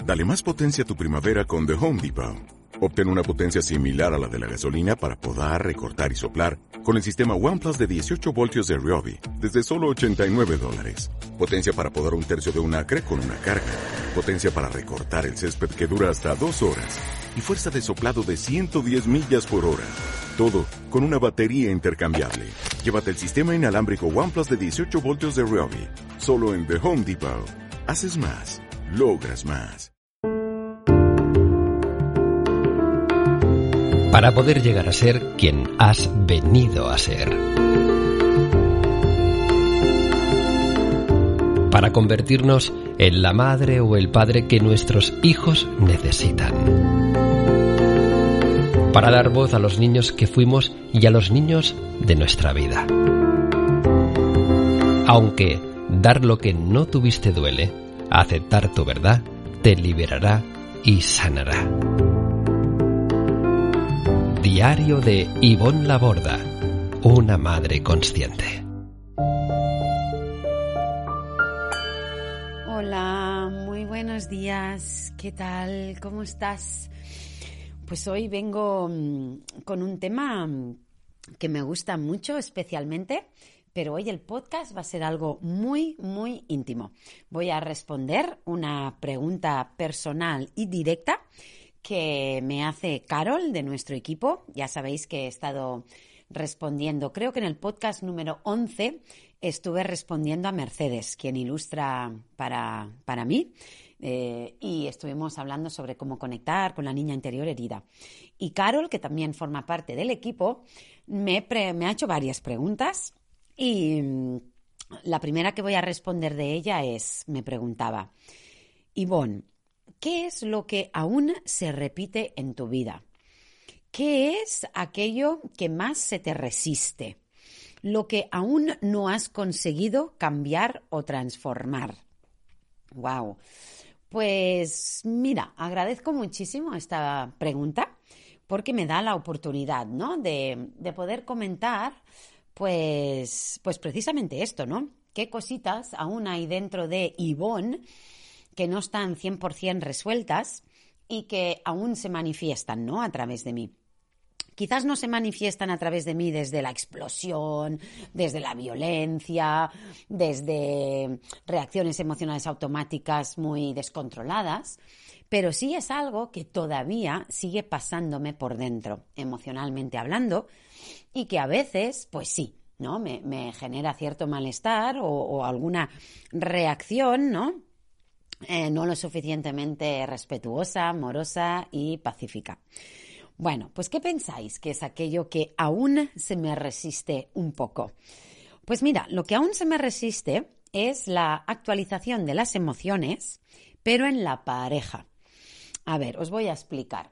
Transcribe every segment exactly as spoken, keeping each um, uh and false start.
Dale más potencia a tu primavera con The Home Depot. Obtén una potencia similar a la de la gasolina para podar, recortar y soplar con el sistema OnePlus de dieciocho voltios de Ryobi desde solo ochenta y nueve dólares. Potencia para podar un tercio de un acre con una carga. Potencia para recortar el césped que dura hasta dos horas. Y fuerza de soplado de ciento diez millas por hora. Todo con una batería intercambiable. Llévate el sistema inalámbrico OnePlus de dieciocho voltios de Ryobi. Solo en The Home Depot. Haces más. Logras más. Para poder llegar a ser quien has venido a ser. Para convertirnos en la madre o el padre que nuestros hijos necesitan. Para dar voz a los niños que fuimos y a los niños de nuestra vida. Aunque dar lo que no tuviste duele, aceptar tu verdad te liberará y sanará. Diario de Ivonne Laborda, una madre consciente. Hola, muy buenos días. ¿Qué tal? ¿Cómo estás? Pues hoy vengo con un tema que me gusta mucho especialmente, pero hoy el podcast va a ser algo muy, muy íntimo. Voy a responder una pregunta personal y directa que me hace Carol de nuestro equipo. Ya sabéis que he estado respondiendo, creo que en el podcast número once estuve respondiendo a Mercedes, quien ilustra para, para mí, eh, y estuvimos hablando sobre cómo conectar con la niña interior herida. Y Carol, que también forma parte del equipo, me, pre, me ha hecho varias preguntas y la primera que voy a responder de ella es, me preguntaba, Ivonne, ¿qué es lo que aún se repite en tu vida? ¿Qué es aquello que más se te resiste? Lo que aún no has conseguido cambiar o transformar. ¡Wow! Pues mira, agradezco muchísimo esta pregunta porque me da la oportunidad, ¿no?, de, de poder comentar pues, pues precisamente esto, ¿no? ¿Qué cositas aún hay dentro de Ivonne que no están cien por ciento resueltas y que aún se manifiestan, ¿no?, a través de mí? Quizás no se manifiestan a través de mí desde la explosión, desde la violencia, desde reacciones emocionales automáticas muy descontroladas, pero sí es algo que todavía sigue pasándome por dentro, emocionalmente hablando, y que a veces, pues sí, ¿no?, me, me genera cierto malestar o, o alguna reacción, ¿no?, Eh, no lo suficientemente respetuosa, amorosa y pacífica. Bueno, pues ¿qué pensáis que es aquello que aún se me resiste un poco? Pues mira, lo que aún se me resiste es la actualización de las emociones, pero en la pareja. A ver, os voy a explicar.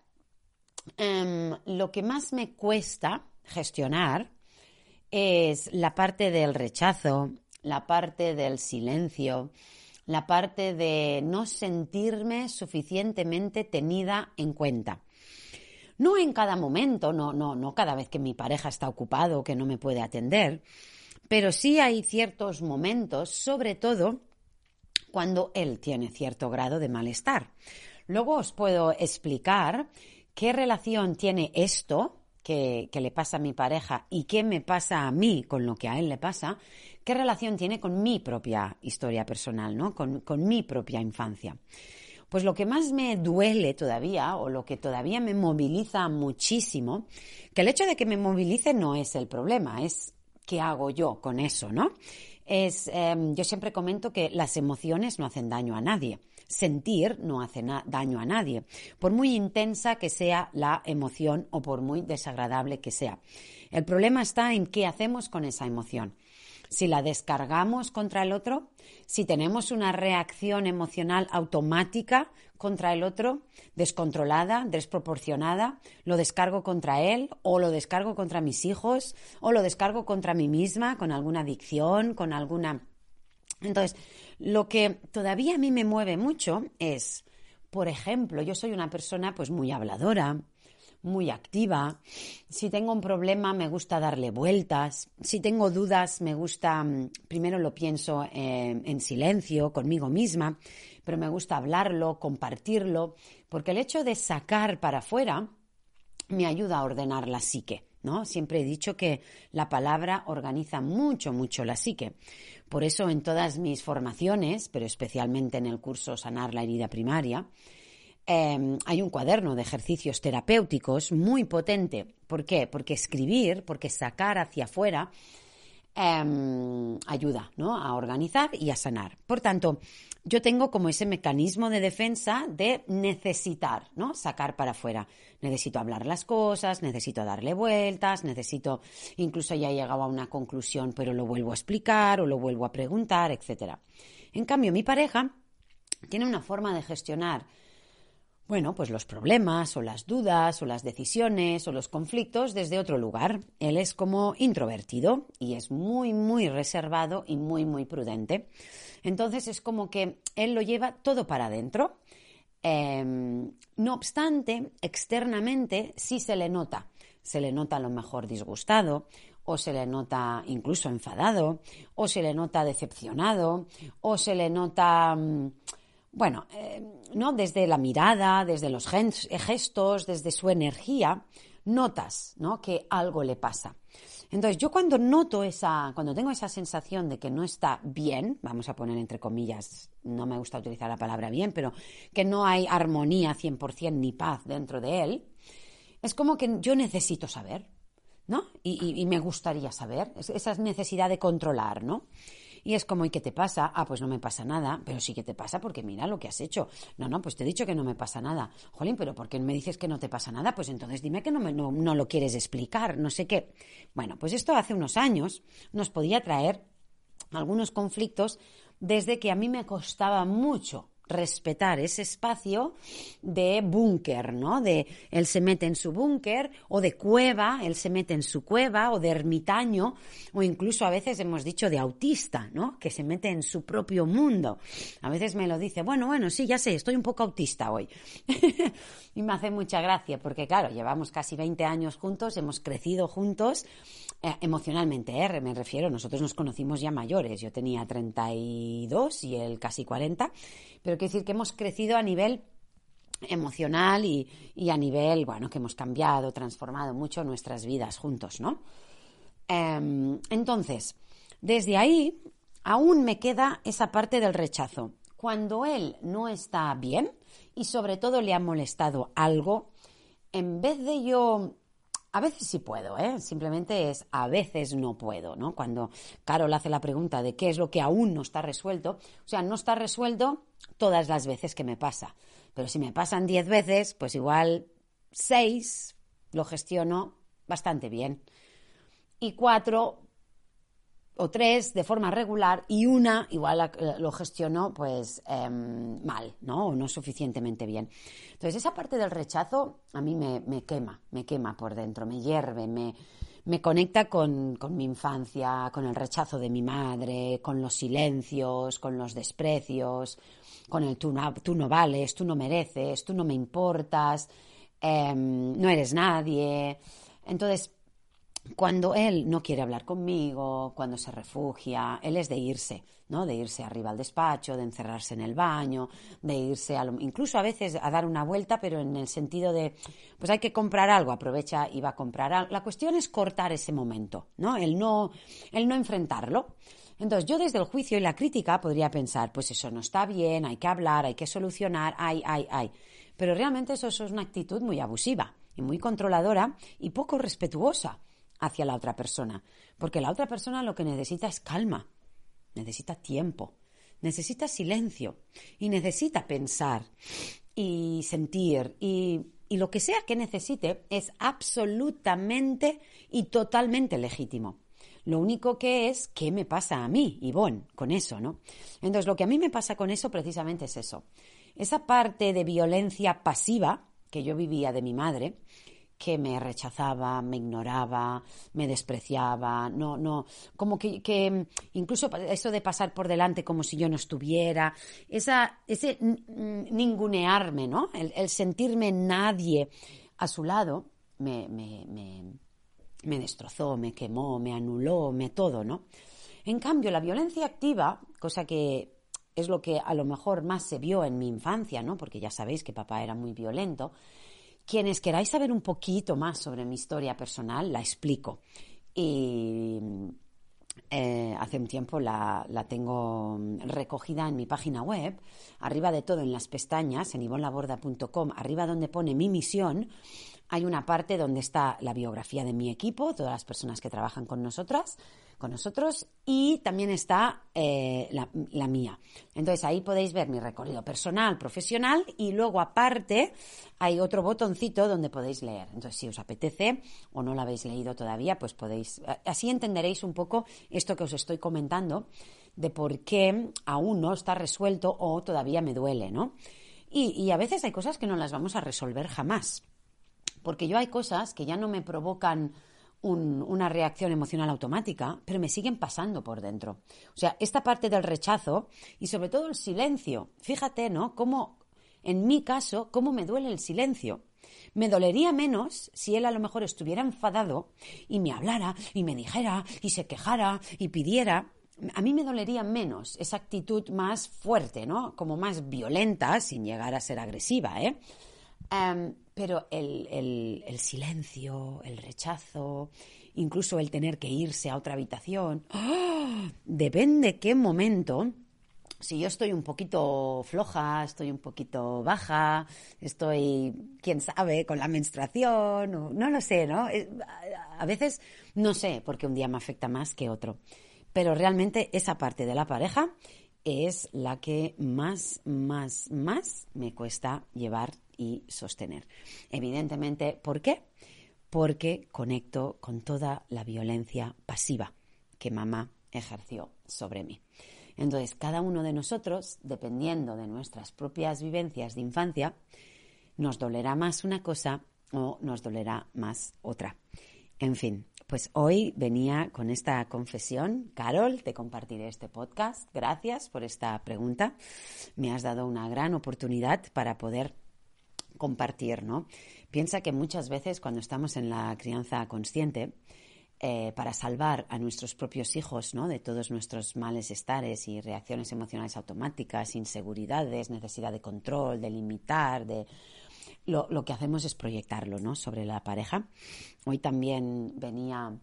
Um, lo que más me cuesta gestionar es la parte del rechazo, la parte del silencio, la parte de no sentirme suficientemente tenida en cuenta. No en cada momento, no, no, no cada vez que mi pareja está ocupado o que no me puede atender, pero sí hay ciertos momentos, sobre todo cuando él tiene cierto grado de malestar. Luego os puedo explicar qué relación tiene esto que, que le pasa a mi pareja y qué me pasa a mí con lo que a él le pasa, qué relación tiene con mi propia historia personal, ¿no?, con, con mi propia infancia. Pues lo que más me duele todavía, o lo que todavía me moviliza muchísimo, que el hecho de que me movilice no es el problema, es qué hago yo con eso, ¿no? Es, eh, yo siempre comento que las emociones no hacen daño a nadie. Sentir no hace na- daño a nadie, por muy intensa que sea la emoción o por muy desagradable que sea. El problema está en qué hacemos con esa emoción. Si la descargamos contra el otro, si tenemos una reacción emocional automática contra el otro, descontrolada, desproporcionada, lo descargo contra él o lo descargo contra mis hijos o lo descargo contra mí misma con alguna adicción, con alguna... Entonces, lo que todavía a mí me mueve mucho es, por ejemplo, yo soy una persona pues muy habladora, muy activa. Si tengo un problema me gusta darle vueltas. Si tengo dudas me gusta, primero lo pienso eh, en silencio, conmigo misma. pero me gusta hablarlo, compartirlo, porque el hecho de sacar para afuera me ayuda a ordenar la psique, ¿no? Siempre he dicho que la palabra organiza mucho, mucho la psique. Por eso en todas mis formaciones, pero especialmente en el curso Sanar la herida primaria, eh, hay un cuaderno de ejercicios terapéuticos muy potente. ¿Por qué? Porque escribir, porque sacar hacia afuera eh, ayuda, ¿no? A organizar y a sanar. Por tanto, yo tengo como ese mecanismo de defensa de necesitar, ¿no? Sacar para afuera. Necesito hablar las cosas, necesito darle vueltas, necesito, incluso ya he llegado a una conclusión, pero lo vuelvo a explicar o lo vuelvo a preguntar, etcétera. En cambio, mi pareja tiene una forma de gestionar, bueno, pues los problemas o las dudas o las decisiones o los conflictos desde otro lugar. Él es como introvertido y es muy, muy reservado y muy, muy prudente. Entonces es como que él lo lleva todo para adentro. Eh, no obstante, externamente sí se le nota. Se le nota a lo mejor disgustado, o se le nota incluso enfadado, o se le nota decepcionado, o se le nota... Bueno, eh, ¿no? Desde la mirada, desde los gestos, desde su energía, notas, ¿no? Que algo le pasa. Entonces, yo cuando noto esa, cuando tengo esa sensación de que no está bien, vamos a poner entre comillas, no me gusta utilizar la palabra bien, pero que no hay armonía cien por ciento ni paz dentro de él, es como que yo necesito saber, ¿no? Y, y, y me gustaría saber, esa necesidad de controlar, ¿no? Y es como, ¿y qué te pasa? Ah, pues no me pasa nada, pero sí que te pasa porque mira lo que has hecho. No, no, pues te he dicho que no me pasa nada. Jolín, pero ¿por qué me dices que no te pasa nada? Pues entonces dime que no, me, no, no lo quieres explicar, no sé qué. Bueno, pues esto hace unos años nos podía traer algunos conflictos desde que a mí me costaba mucho respetar ese espacio de búnker, ¿no? De él se mete en su búnker, o de cueva, él se mete en su cueva, o de ermitaño, o incluso a veces hemos dicho de autista, ¿no? Que se mete en su propio mundo. A veces me lo dice, bueno, bueno, sí, ya sé, estoy un poco autista hoy. Y me hace mucha gracia, porque claro, llevamos casi veinte años juntos, hemos crecido juntos, eh, emocionalmente, ¿eh? Me refiero, nosotros nos conocimos ya mayores, yo tenía treinta y dos y él casi cuarenta, pero quiero decir que hemos crecido a nivel emocional y, y a nivel, bueno, que hemos cambiado, transformado mucho nuestras vidas juntos, ¿no? Eh, entonces, desde ahí aún me queda esa parte del rechazo. Cuando él no está bien y sobre todo le ha molestado algo, en vez de yo... A veces sí puedo, ¿eh? Simplemente es a veces no puedo, ¿no? Cuando Carol hace la pregunta de qué es lo que aún no está resuelto, o sea, no está resuelto todas las veces que me pasa. Pero si me pasan diez veces, pues igual seis lo gestiono bastante bien. Y cuatro o tres de forma regular y una igual lo gestiono pues eh, mal, ¿no? O no suficientemente bien. Entonces esa parte del rechazo a mí me, me quema, me quema por dentro, me hierve, me, me conecta con, con mi infancia, con el rechazo de mi madre, con los silencios, con los desprecios, con el tú no, tú no vales, tú no mereces, tú no me importas, eh, no eres nadie. Entonces, cuando él no quiere hablar conmigo, cuando se refugia, él es de irse, ¿no? De irse arriba al despacho, de encerrarse en el baño, de irse a lo, incluso a veces a dar una vuelta, pero en el sentido de, pues hay que comprar algo, aprovecha y va a comprar algo. La cuestión es cortar ese momento, ¿no? El no, el no enfrentarlo. Entonces, yo desde el juicio y la crítica podría pensar, pues eso no está bien, hay que hablar, hay que solucionar, ay, ay, ay. Pero realmente eso, eso es una actitud muy abusiva y muy controladora y poco respetuosa hacia la otra persona, porque la otra persona lo que necesita es calma, necesita tiempo, necesita silencio y necesita pensar y sentir y, y lo que sea que necesite es absolutamente y totalmente legítimo. Lo único que es, ¿qué me pasa a mí, Ivonne, con eso, ¿no? Entonces, lo que a mí me pasa con eso precisamente es eso. Esa parte de violencia pasiva que yo vivía de mi madre, que me rechazaba, me ignoraba, me despreciaba, no, no, como que, que incluso eso de pasar por delante como si yo no estuviera, esa, ese ningunearme, ¿no? El, el sentirme nadie a su lado me, me, me, me destrozó, me quemó, me anuló, me todo, ¿no? En cambio, la violencia activa, cosa que es lo que a lo mejor más se vio en mi infancia, ¿no? Porque ya sabéis que papá era muy violento. Quienes queráis saber un poquito más sobre mi historia personal, la explico. Y eh, hace un tiempo la, la tengo recogida en mi página web, arriba de todo en las pestañas, en ivonne laborda punto com, arriba donde pone mi misión, hay una parte donde está la biografía de mi equipo, todas las personas que trabajan con nosotras, con nosotros, y también está eh, la, la mía. Entonces ahí podéis ver mi recorrido personal, profesional, y luego aparte hay otro botoncito donde podéis leer. Entonces si os apetece o no lo habéis leído todavía, pues podéis, así entenderéis un poco esto que os estoy comentando de por qué aún no está resuelto o todavía me duele, ¿no? Y, y a veces hay cosas que no las vamos a resolver jamás. Porque yo hay cosas que ya no me provocan un, una reacción emocional automática, pero me siguen pasando por dentro. O sea, esta parte del rechazo y sobre todo el silencio. Fíjate, ¿no? Cómo, en mi caso, cómo me duele el silencio. Me dolería menos si él a lo mejor estuviera enfadado y me hablara y me dijera y se quejara y pidiera. A mí me dolería menos esa actitud más fuerte, ¿no? Como más violenta, sin llegar a ser agresiva, ¿eh? Um, pero el, el, el silencio, el rechazo, incluso el tener que irse a otra habitación, ¡oh! Depende qué momento. Si yo estoy un poquito floja, estoy un poquito baja, estoy, quién sabe, con la menstruación, o, no lo sé, ¿no? A veces no sé, porque un día me afecta más que otro. Pero realmente esa parte de la pareja es la que más, más, más me cuesta llevar y sostener. Evidentemente, ¿por qué? Porque conecto con toda la violencia pasiva que mamá ejerció sobre mí. Entonces, cada uno de nosotros, dependiendo de nuestras propias vivencias de infancia, nos dolerá más una cosa o nos dolerá más otra. En fin, pues hoy venía con esta confesión. Carol, te compartiré este podcast. Gracias por esta pregunta. Me has dado una gran oportunidad para poder compartir, ¿no? Piensa que muchas veces cuando estamos en la crianza consciente, eh, para salvar a nuestros propios hijos, ¿no? De todos nuestros malestares y reacciones emocionales automáticas, inseguridades, necesidad de control, de limitar, de lo, lo que hacemos es proyectarlo, ¿no? Sobre la pareja. Hoy también venía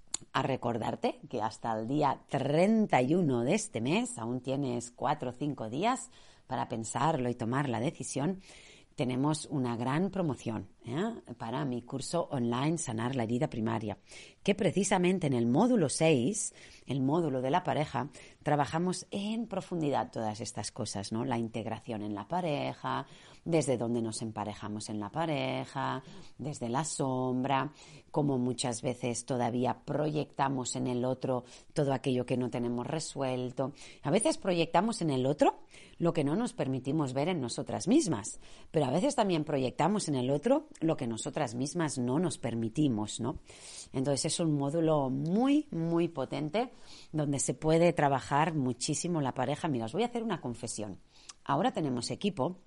a recordarte que hasta el día treinta y uno de este mes, aún tienes cuatro o cinco días para pensarlo y tomar la decisión. Tenemos una gran promoción ¿eh? para mi curso online Sanar la herida primaria, que precisamente en el módulo seis, el módulo de la pareja, trabajamos en profundidad todas estas cosas, ¿no? La integración en la pareja, desde dónde nos emparejamos en la pareja, desde la sombra, cómo muchas veces todavía proyectamos en el otro todo aquello que no tenemos resuelto. A veces proyectamos en el otro lo que no nos permitimos ver en nosotras mismas, pero a veces también proyectamos en el otro lo que nosotras mismas no nos permitimos, ¿no? Entonces es un módulo muy, muy potente donde se puede trabajar muchísimo la pareja. Mira, os voy a hacer una confesión. Ahora tenemos equipo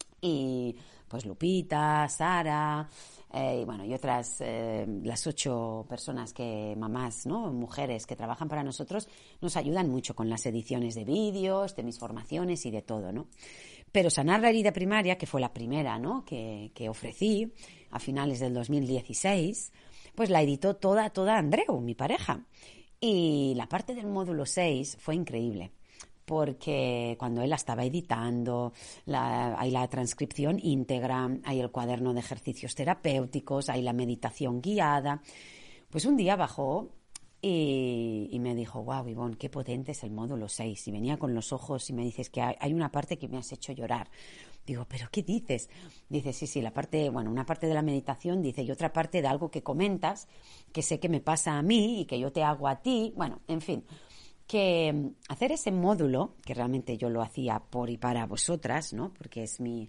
y pues Lupita, Sara, eh, y bueno, y otras, eh, las ocho personas que, mamás, ¿no? Mujeres que trabajan para nosotros, nos ayudan mucho con las ediciones de vídeos, de mis formaciones y de todo, ¿no? Pero Sanar la herida primaria, que fue la primera, ¿no? Que, que ofrecí a finales del dos mil dieciséis, pues la editó toda, toda Andreu, mi pareja. Y la parte del módulo seis fue increíble, porque cuando él la estaba editando, la, hay la transcripción íntegra, hay el cuaderno de ejercicios terapéuticos, hay la meditación guiada. Pues un día bajó y, y me dijo, wow, Ivonne, qué potente es el módulo seis. Y venía con los ojos y me dices que hay, hay una parte que me has hecho llorar. Digo, ¿pero qué dices? Dice, sí, sí, la parte, bueno, una parte de la meditación, dice, y otra parte de algo que comentas, que sé que me pasa a mí y que yo te hago a ti. Bueno, en fin, que hacer ese módulo, que realmente yo lo hacía por y para vosotras, ¿no? Porque es mi,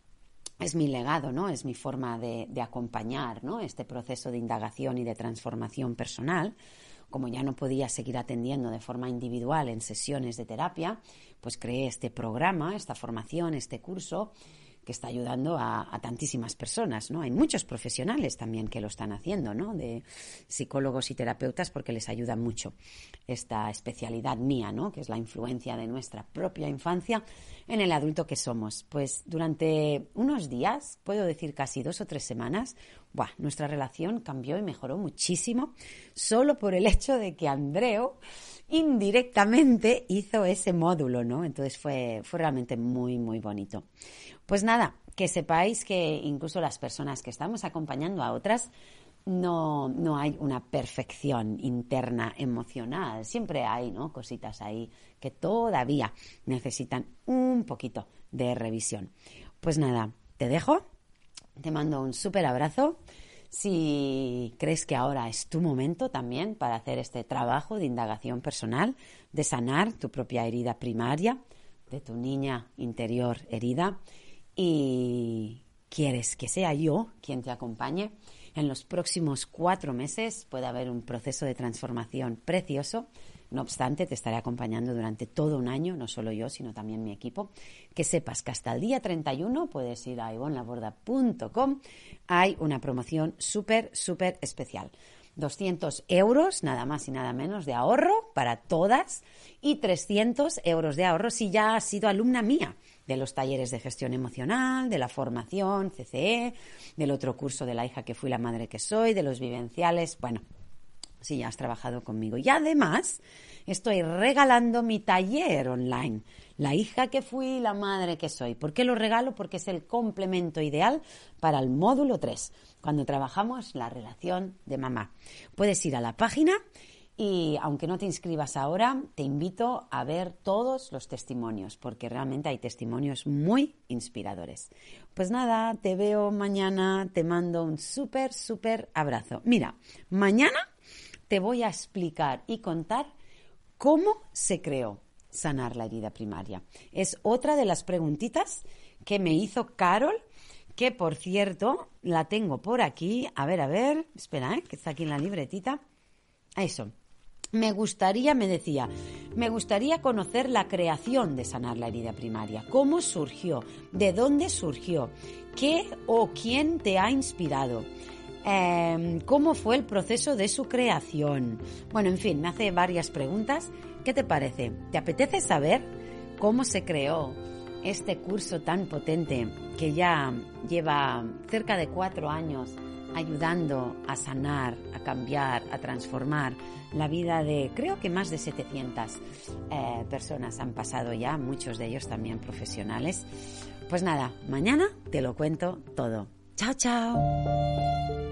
es mi legado, ¿no? Es mi forma de, de acompañar, ¿no? Este proceso de indagación y de transformación personal. Como ya no podía seguir atendiendo de forma individual en sesiones de terapia, pues creé este programa, esta formación, este curso, que está ayudando a, a tantísimas personas, ¿no? Hay muchos profesionales también que lo están haciendo, ¿no? De psicólogos y terapeutas, porque les ayuda mucho esta especialidad mía, ¿no? Que es la influencia de nuestra propia infancia en el adulto que somos. Pues durante unos días, puedo decir casi dos o tres semanas, buah, nuestra relación cambió y mejoró muchísimo, solo por el hecho de que Andreu indirectamente hizo ese módulo, ¿no? Entonces fue, fue realmente muy, muy bonito. Pues nada, que sepáis que incluso las personas que estamos acompañando a otras, no, no hay una perfección interna emocional. Siempre hay, ¿no? Cositas ahí que todavía necesitan un poquito de revisión. Pues nada, te dejo, te mando un súper abrazo. Si crees que ahora es tu momento también para hacer este trabajo de indagación personal, de sanar tu propia herida primaria, de tu niña interior herida, y quieres que sea yo quien te acompañe, en los próximos cuatro meses puede haber un proceso de transformación precioso. No obstante, te estaré acompañando durante todo un año, no solo yo, sino también mi equipo. Que sepas que hasta el día treinta y uno puedes ir a ivonne laborda punto com. Hay una promoción súper, súper especial. doscientos euros, nada más y nada menos, de ahorro para todas, y trescientos euros de ahorro si ya has sido alumna mía de los talleres de gestión emocional, de la formación C C E, del otro curso de la hija que fui, la madre que soy, de los vivenciales. Bueno, si ya has trabajado conmigo. Y además estoy regalando mi taller online, la hija que fui, la madre que soy. ¿Por qué lo regalo? Porque es el complemento ideal para el módulo tres, cuando trabajamos la relación de mamá. Puedes ir a la página y, aunque no te inscribas ahora, te invito a ver todos los testimonios, porque realmente hay testimonios muy inspiradores. Pues nada, te veo mañana, te mando un súper, súper abrazo. Mira, mañana te voy a explicar y contar cómo se creó sanar la herida primaria. Es otra de las preguntitas que me hizo Carol, que por cierto la tengo por aquí. A ver, a ver, espera, ¿eh? Que está aquí en la libretita. Eso. Me gustaría, me decía, me gustaría conocer la creación de sanar la herida primaria. ¿Cómo surgió? ¿De dónde surgió? ¿Qué o quién te ha inspirado? Eh, ¿Cómo fue el proceso de su creación? Bueno, en fin, me hace varias preguntas. ¿Qué te parece? ¿Te apetece saber cómo se creó este curso tan potente que ya lleva cerca de cuatro años ayudando a sanar, a cambiar, a transformar la vida de, creo que más de setecientas eh, personas han pasado ya, muchos de ellos también profesionales? Pues nada, mañana te lo cuento todo. ¡Chao, chao!